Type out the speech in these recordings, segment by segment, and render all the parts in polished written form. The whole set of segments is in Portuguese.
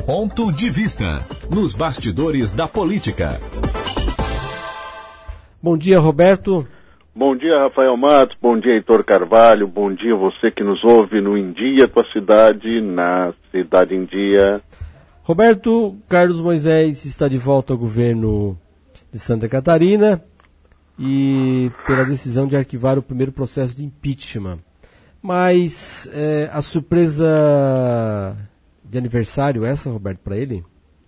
Ponto de Vista, nos bastidores da política. Bom dia, Roberto. Bom dia, Rafael Matos. Bom dia, Heitor Carvalho. Bom dia, você que nos ouve no Em Dia com a Cidade, na Cidade em Dia. Roberto, Carlos Moisés está de volta ao governo de Santa Catarina e pela decisão de arquivar o primeiro processo de impeachment. Mas a surpresa de aniversário essa, Roberto, para ele?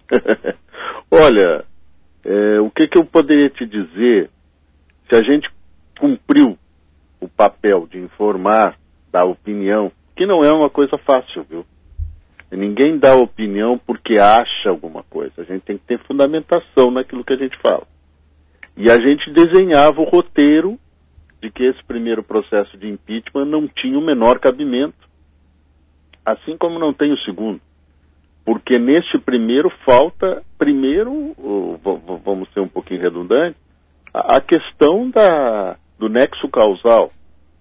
Olha, o que eu poderia te dizer, se a gente cumpriu o papel de informar, dar opinião, que não é uma coisa fácil, viu? Ninguém dá opinião porque acha alguma coisa. A gente tem que ter fundamentação naquilo que a gente fala. E a gente desenhava o roteiro de que esse primeiro processo de impeachment não tinha o menor cabimento. Assim como não tem o segundo. Porque neste primeiro falta, vamos ser um pouquinho redundantes, a questão do nexo causal.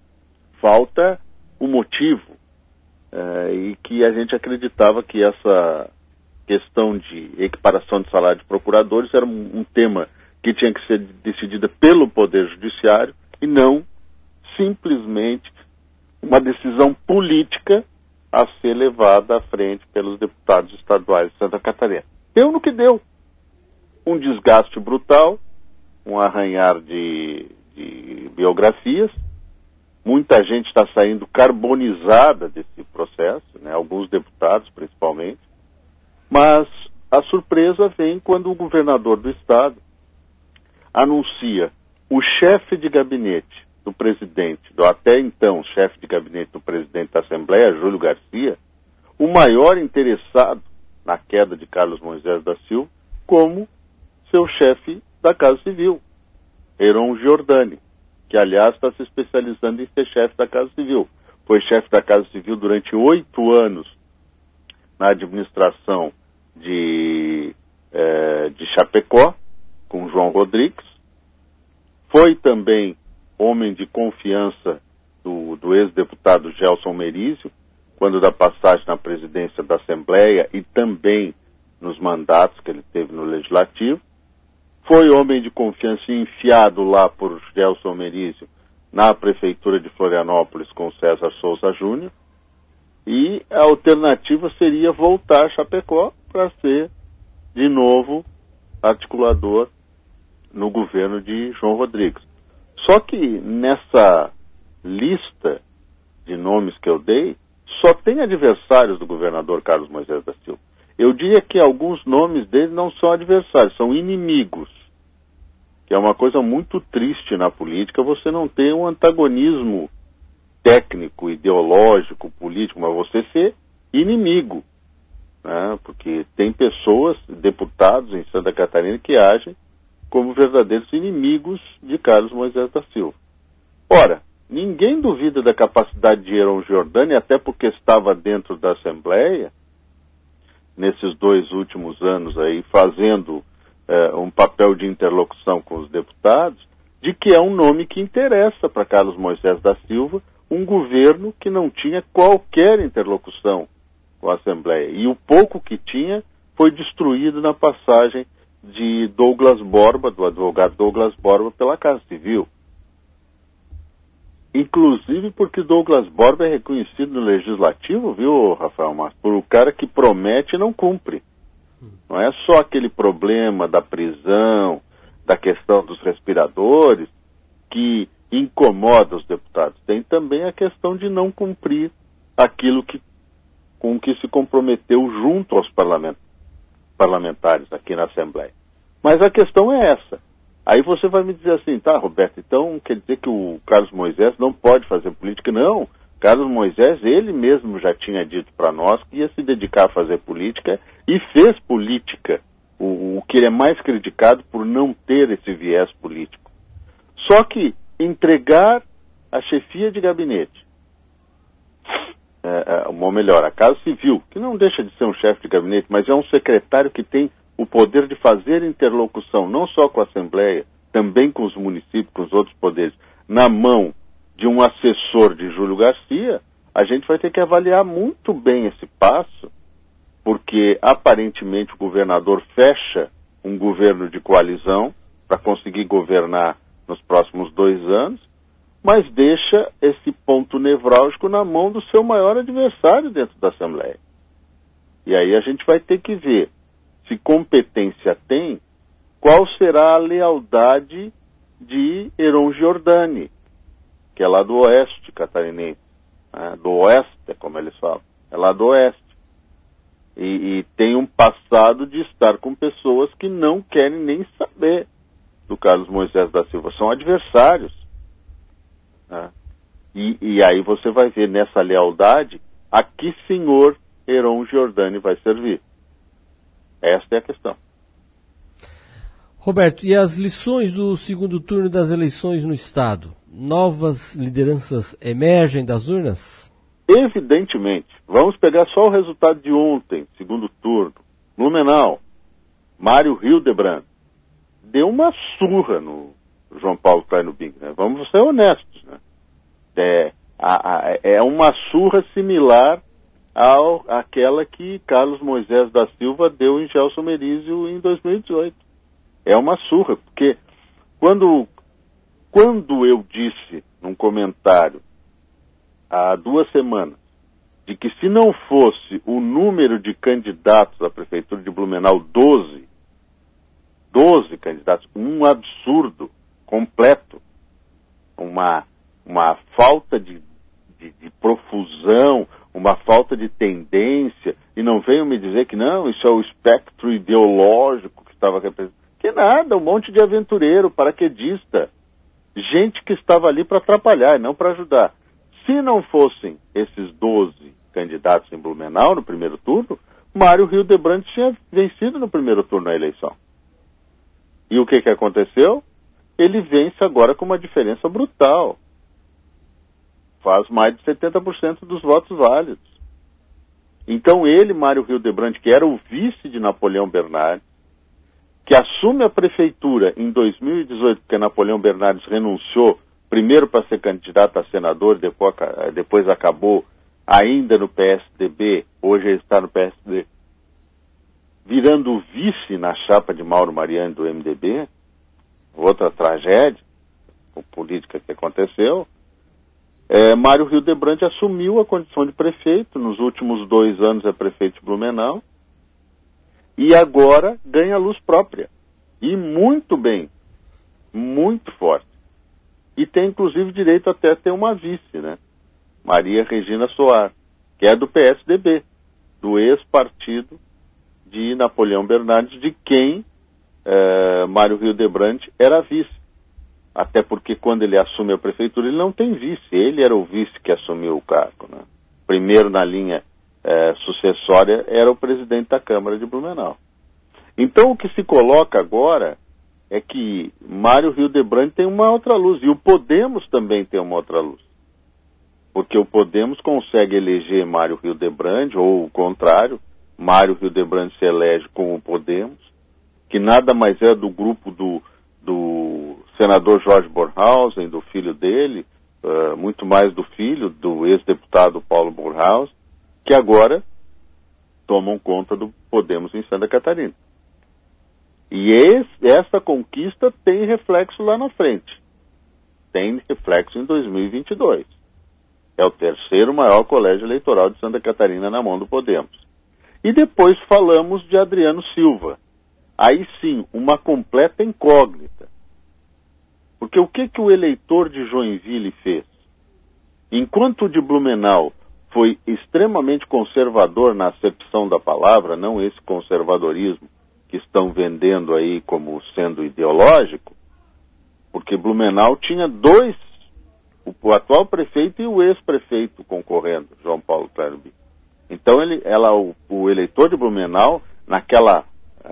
Falta o motivo. E que a gente acreditava que essa questão de equiparação de salário de procuradores era um tema que tinha que ser decidida pelo Poder Judiciário e não simplesmente uma decisão política a ser levada à frente pelos deputados estaduais de Santa Catarina. Deu no que deu. Um desgaste brutal, um arranhar de biografias. Muita gente está saindo carbonizada desse processo, né? Alguns deputados principalmente. Mas a surpresa vem quando o governador do estado anuncia o chefe de gabinete do presidente, até então chefe de gabinete do presidente da Assembleia, Júlio Garcia, o maior interessado na queda de Carlos Moisés da Silva, como seu chefe da Casa Civil, Heron Giordani, que aliás está se especializando em ser chefe da Casa Civil. Foi chefe da Casa Civil durante 8 anos na administração de Chapecó, com João Rodrigues. Foi também homem de confiança do ex-deputado Gelson Merizio, quando da passagem na presidência da Assembleia e também nos mandatos que ele teve no Legislativo. Foi homem de confiança enfiado lá por Gelson Merizio na Prefeitura de Florianópolis com César Souza Júnior. E a alternativa seria voltar a Chapecó para ser, de novo, articulador no governo de João Rodrigues. Só que nessa lista de nomes que eu dei, só tem adversários do governador Carlos Moisés da Silva. Eu diria que alguns nomes dele não são adversários, são inimigos. Que é uma coisa muito triste na política, você não ter um antagonismo técnico, ideológico, político, mas você ser inimigo. Né? Porque tem pessoas, deputados em Santa Catarina, que agem como verdadeiros inimigos de Carlos Moisés da Silva. Ora, ninguém duvida da capacidade de Heron Giordani, até porque estava dentro da Assembleia, nesses 2 últimos anos aí, fazendo um papel de interlocução com os deputados, de que é um nome que interessa para Carlos Moisés da Silva, um governo que não tinha qualquer interlocução com a Assembleia. E o pouco que tinha foi destruído na passagem de Douglas Borba, do advogado Douglas Borba, pela Casa Civil. Inclusive porque Douglas Borba é reconhecido no Legislativo, viu, Rafael Matos, por o cara que promete e não cumpre. Não é só aquele problema da prisão, da questão dos respiradores, que incomoda os deputados. Tem também a questão de não cumprir aquilo com que se comprometeu junto aos parlamentares aqui na Assembleia. Mas a questão é essa. Aí você vai me dizer assim, tá, Roberto, então quer dizer que o Carlos Moisés não pode fazer política? Não. Carlos Moisés, ele mesmo já tinha dito para nós que ia se dedicar a fazer política e fez política, o que ele é mais criticado por não ter esse viés político. Só que entregar a chefia de gabinete, ou melhor, a Casa Civil, que não deixa de ser um chefe de gabinete, mas é um secretário que tem o poder de fazer interlocução, não só com a Assembleia, também com os municípios, com os outros poderes, na mão de um assessor de Júlio Garcia, a gente vai ter que avaliar muito bem esse passo, porque porque aparentemente o governador fecha um governo de coalizão para conseguir governar nos próximos 2 anos, mas deixa esse ponto nevrálgico na mão do seu maior adversário dentro da Assembleia. E aí a gente vai ter que ver se competência tem, qual será a lealdade de Heron Giordani, que é lá do oeste catarinense, né? Do oeste, como eles falam, é lá do oeste. E tem um passado de estar com pessoas que não querem nem saber do Carlos Moisés da Silva, são adversários. Né? E aí você vai ver nessa lealdade a que senhor Heron Giordani vai servir. Esta é a questão. Roberto, e as lições do segundo turno das eleições no Estado? Novas lideranças emergem das urnas? Evidentemente. Vamos pegar só o resultado de ontem, segundo turno. Blumenau, Mário Hildebrand deu uma surra no João Paulo Kleinobing, né? Vamos ser honestos, né? É uma surra similar àquela que Carlos Moisés da Silva deu em Gelson Merizio em 2018. É uma surra, porque quando eu disse num comentário há 2 semanas de que se não fosse o número de candidatos à Prefeitura de Blumenau, 12 candidatos, um absurdo completo, uma falta de profusão, uma falta de tendência, e não venham me dizer que não, isso é o espectro ideológico que estava representando. Que nada, um monte de aventureiro, paraquedista, gente que estava ali para atrapalhar e não para ajudar. Se não fossem esses 12 candidatos em Blumenau no primeiro turno, Mário Hildebrand tinha vencido no primeiro turno a eleição. E o que aconteceu? Ele vence agora com uma diferença brutal. Faz mais de 70% dos votos válidos. Então ele, Mário Hildebrand, que era o vice de Napoleão Bernardes, que assume a prefeitura em 2018, porque Napoleão Bernardes renunciou primeiro para ser candidato a senador, depois acabou ainda no PSDB, hoje ele está no PSD, virando vice na chapa de Mauro Mariani do MDB, outra tragédia política que aconteceu. Mário Hildebrand assumiu a condição de prefeito, nos últimos 2 anos é prefeito de Blumenau, e agora ganha luz própria. E muito bem, muito forte. E tem inclusive direito até a ter uma vice, né? Maria Regina Soares, que é do PSDB, do ex-partido de Napoleão Bernardes, de quem Mário Hildebrand era vice. Até porque quando ele assume a prefeitura, ele não tem vice. Ele era o vice que assumiu o cargo, né? Primeiro na linha sucessória era o presidente da Câmara de Blumenau. Então o que se coloca agora é que Mário Hildebrand tem uma outra luz, e o Podemos também tem uma outra luz. Porque o Podemos consegue eleger Mário Hildebrand, ou o contrário, Mário Hildebrand se elege com o Podemos, que nada mais é do grupo do senador Jorge Bornhausen, do filho dele, muito mais do filho do ex-deputado Paulo Bornhausen, que agora tomam conta do Podemos em Santa Catarina. E essa conquista tem reflexo lá na frente. Tem reflexo em 2022. É o 3º maior colégio eleitoral de Santa Catarina na mão do Podemos. E depois falamos de Adriano Silva. Aí sim, uma completa incógnita. Porque o que o eleitor de Joinville fez? Enquanto o de Blumenau foi extremamente conservador na acepção da palavra, não esse conservadorismo que estão vendendo aí como sendo ideológico, porque Blumenau tinha 2, o atual prefeito e o ex-prefeito concorrendo, João Paulo Kleinobing. Então o eleitor de Blumenau, naquela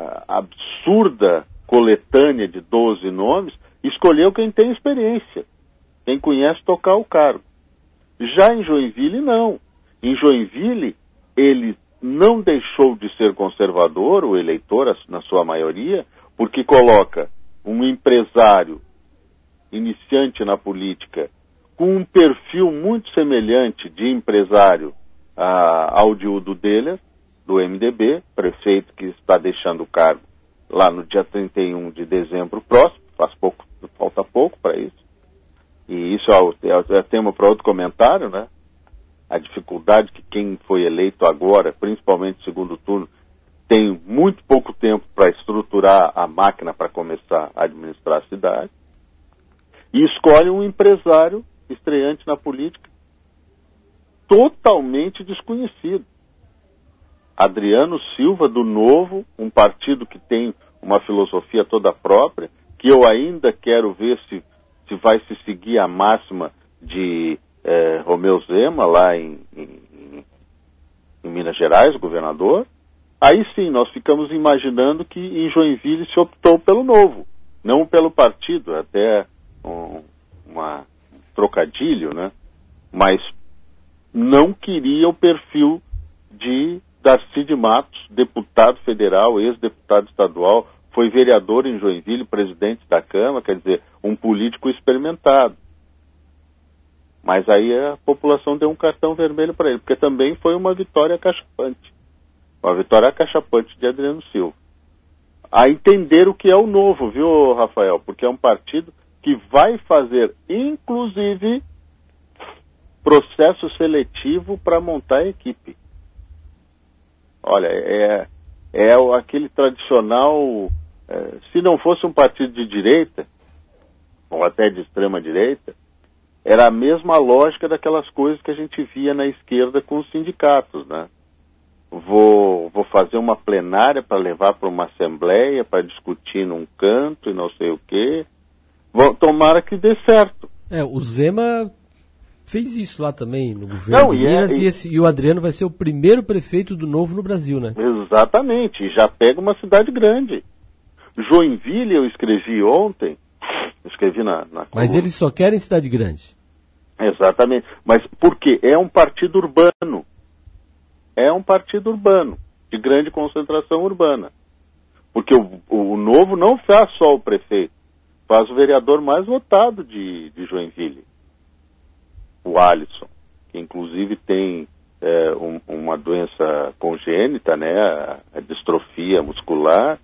absurda coletânea de 12 nomes, escolheu quem tem experiência, quem conhece tocar o cargo. Já em Joinville, não. Em Joinville, ele não deixou de ser conservador, o eleitor, na sua maioria, porque coloca um empresário iniciante na política com um perfil muito semelhante de empresário ao de Udo Deller, do MDB, prefeito que está deixando o cargo lá no dia 31 de dezembro próximo, falta pouco para isso. E isso é tema para outro comentário, né? A dificuldade que quem foi eleito agora, principalmente no segundo turno, tem muito pouco tempo para estruturar a máquina para começar a administrar a cidade. E escolhe um empresário estreante na política totalmente desconhecido. Adriano Silva, do Novo, um partido que tem uma filosofia toda própria, que eu ainda quero ver se vai se seguir a máxima de Romeu Zema, lá em Minas Gerais, o governador. Aí sim, nós ficamos imaginando que em Joinville se optou pelo Novo, não pelo partido, até um trocadilho, né? Mas não queria o perfil de Darcy de Matos, deputado federal, ex-deputado estadual, foi vereador em Joinville, presidente da Câmara, quer dizer, um político experimentado. Mas aí a população deu um cartão vermelho para ele, porque também foi uma vitória acachapante. Uma vitória acachapante de Adriano Silva. A entender o que é o Novo, viu, Rafael? Porque é um partido que vai fazer, inclusive, processo seletivo para montar a equipe. Olha, é aquele tradicional, se não fosse um partido de direita, ou até de extrema direita, era a mesma lógica daquelas coisas que a gente via na esquerda com os sindicatos, né? Vou fazer uma plenária para levar para uma assembleia, para discutir num canto e não sei o quê. Tomara que dê certo. O Zema fez isso lá também, no governo de Minas, e o Adriano vai ser o primeiro prefeito do Novo no Brasil, né? Exatamente, e já pega uma cidade grande. Joinville, eu escrevi ontem, Mas eles só querem cidade grande. Exatamente, mas por quê? É um partido urbano. É um partido urbano, de grande concentração urbana. Porque o Novo não faz só o prefeito, faz o vereador mais votado de Joinville, o Alisson, que inclusive tem uma doença congênita, né, a distrofia muscular,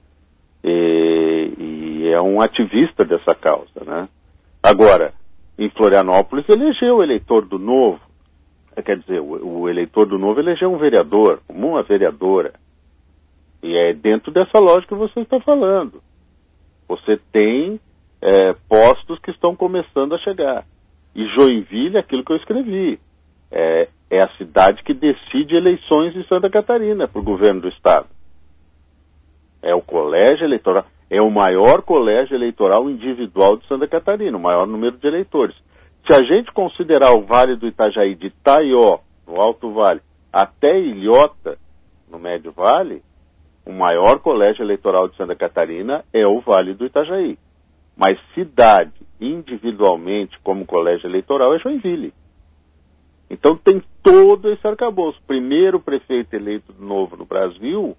e é um ativista dessa causa, né? Agora, em Florianópolis elegeu o eleitor do Novo, quer dizer, o eleitor do Novo elegeu um vereador, uma vereadora, e é dentro dessa lógica que você está falando. Você tem postos que estão começando a chegar. E Joinville, aquilo que eu escrevi, é a cidade que decide eleições em Santa Catarina para o governo do estado. É o colégio eleitoral, é o maior colégio eleitoral individual de Santa Catarina, o maior número de eleitores. Se a gente considerar o Vale do Itajaí, de Itaió, no Alto Vale, até Ilhota, no Médio Vale, o maior colégio eleitoral de Santa Catarina é o Vale do Itajaí. Mas cidade, individualmente, como colégio eleitoral, é Joinville. Então tem todo esse arcabouço. Primeiro prefeito eleito novo no Brasil,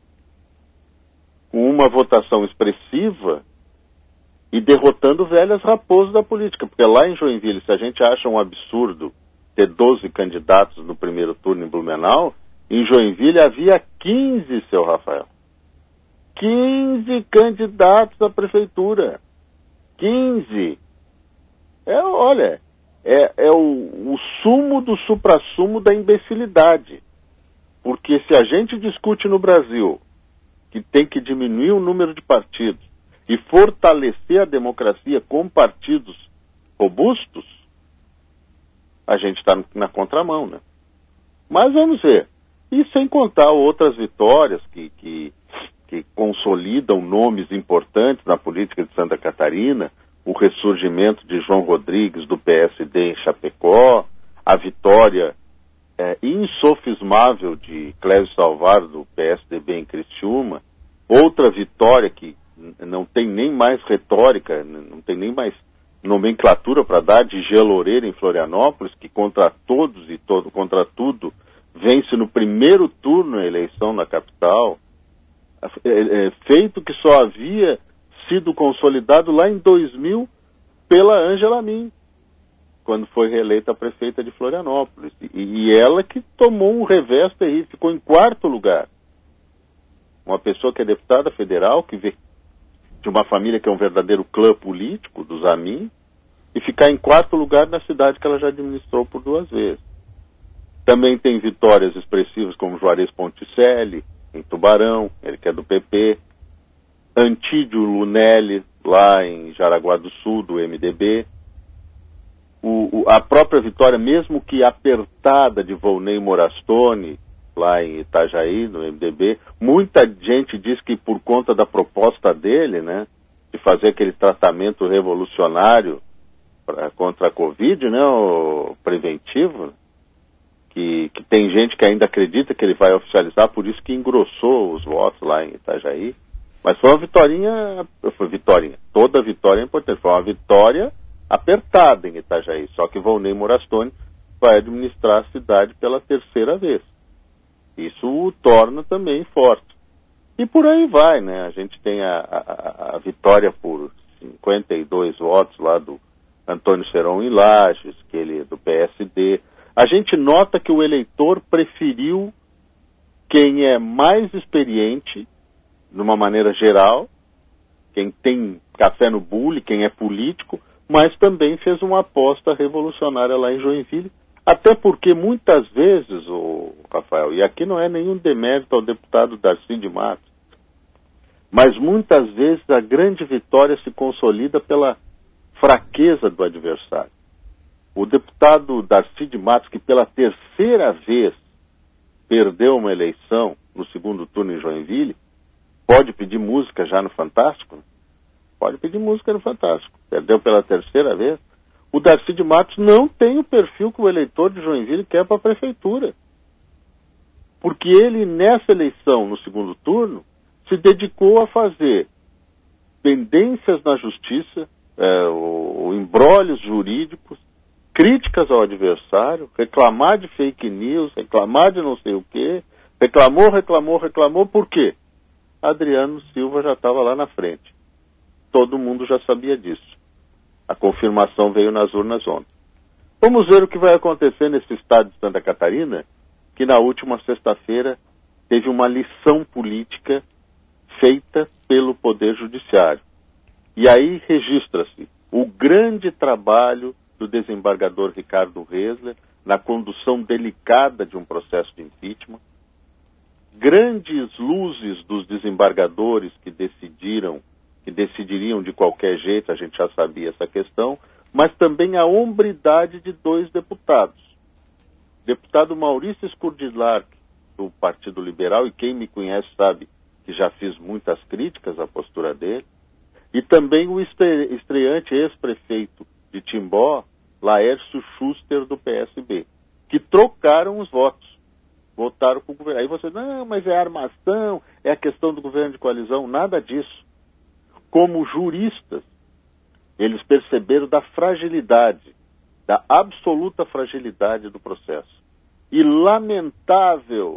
com uma votação expressiva e derrotando velhas raposas da política. Porque lá em Joinville, se a gente acha um absurdo ter 12 candidatos no primeiro turno em Blumenau, em Joinville havia 15, seu Rafael. 15 candidatos à prefeitura. 15. Olha, é o sumo do suprassumo da imbecilidade. Porque se a gente discute no Brasil que tem que diminuir o número de partidos e fortalecer a democracia com partidos robustos, a gente está na contramão, né? Mas vamos ver. E sem contar outras vitórias que consolidam nomes importantes na política de Santa Catarina, o ressurgimento de João Rodrigues do PSD em Chapecó, a vitória insofismável de Clésio Salvador do PSDB em Criciúma, outra vitória que não tem nem mais retórica, não tem nem mais nomenclatura para dar, de Geloreira em Florianópolis, que contra todos e contra tudo vence no primeiro turno a eleição na capital, feito que só havia sido consolidado lá em 2000 pela Ângela Min, quando foi reeleita a prefeita de Florianópolis. E ela que tomou um revés terrível, ficou em quarto lugar. uma pessoa que é deputada federal, que vem de uma família que é um verdadeiro clã político, dos Amin, e ficar em quarto lugar na cidade que ela já administrou por 2 vezes. Também tem vitórias expressivas como Juarez Ponticelli, em Tubarão, ele que é do PP, Antídio Lunelli, lá em Jaraguá do Sul, do MDB, a própria vitória, mesmo que apertada, de Volney Morastone, lá em Itajaí, no MDB, muita gente diz que por conta da proposta dele, né, de fazer aquele tratamento revolucionário contra a Covid, né, o preventivo, que tem gente que ainda acredita que ele vai oficializar, por isso que engrossou os votos lá em Itajaí. Mas foi uma vitória, toda vitória é importante, foi uma vitória apertada em Itajaí, só que Volney Morastone vai administrar a cidade pela 3ª vez. Isso o torna também forte. E por aí vai, né? A gente tem a vitória por 52 votos lá do Antônio Seron em Lages, que ele é do PSD. A gente nota que o eleitor preferiu quem é mais experiente, de uma maneira geral, quem tem café no bule, quem é político, mas também fez uma aposta revolucionária lá em Joinville, até porque muitas vezes, Rafael, e aqui não é nenhum demérito ao deputado Darcy de Matos, mas muitas vezes a grande vitória se consolida pela fraqueza do adversário. O deputado Darcy de Matos, que pela 3ª vez perdeu uma eleição no 2º turno em Joinville, pode pedir música já no Fantástico? Pode pedir música no Fantástico. Perdeu pela 3ª vez. O Darcy de Matos não tem o perfil que o eleitor de Joinville quer para a prefeitura. Porque ele, nessa eleição, no 2º turno, se dedicou a fazer pendências na justiça, embrólios jurídicos, críticas ao adversário, reclamar de fake news, reclamar de não sei o quê, reclamou, por quê? Adriano Silva já estava lá na frente. Todo mundo já sabia disso. A confirmação veio nas urnas ontem. Vamos ver o que vai acontecer nesse estado de Santa Catarina, que na última sexta-feira teve uma lição política feita pelo Poder Judiciário. E aí registra-se o grande trabalho do desembargador Ricardo Resler na condução delicada de um processo de impeachment, grandes luzes dos desembargadores que decidiriam de qualquer jeito, a gente já sabia essa questão, mas também a hombridade de 2 deputados. Deputado Maurício Scurdilarc, do Partido Liberal, e quem me conhece sabe que já fiz muitas críticas à postura dele, e também o estreante ex-prefeito de Timbó, Laércio Schuster, do PSB, que trocaram os votos. Votaram para o governo. Aí você, não, mas é armação, é a questão do governo de coalizão, nada disso. Como juristas, eles perceberam da fragilidade, da absoluta fragilidade do processo. E lamentável,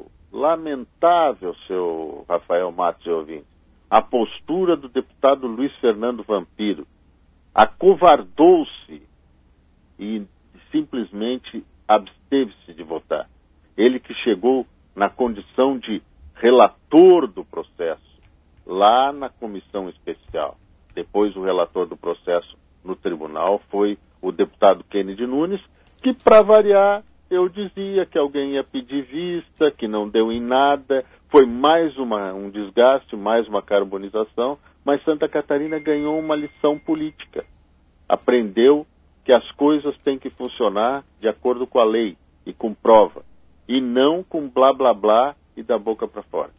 seu Rafael Matos e ouvintes, a postura do deputado Luiz Fernando Vampiro. Acovardou-se e simplesmente absteve-se de votar. Ele que chegou na condição de relator do processo, lá na comissão especial. Depois o relator do processo no tribunal foi o deputado Kennedy Nunes, que, para variar, eu dizia que alguém ia pedir vista, que não deu em nada, foi mais um desgaste, mais uma carbonização, mas Santa Catarina ganhou uma lição política. Aprendeu que as coisas têm que funcionar de acordo com a lei e com prova, e não com blá blá blá e da boca para fora.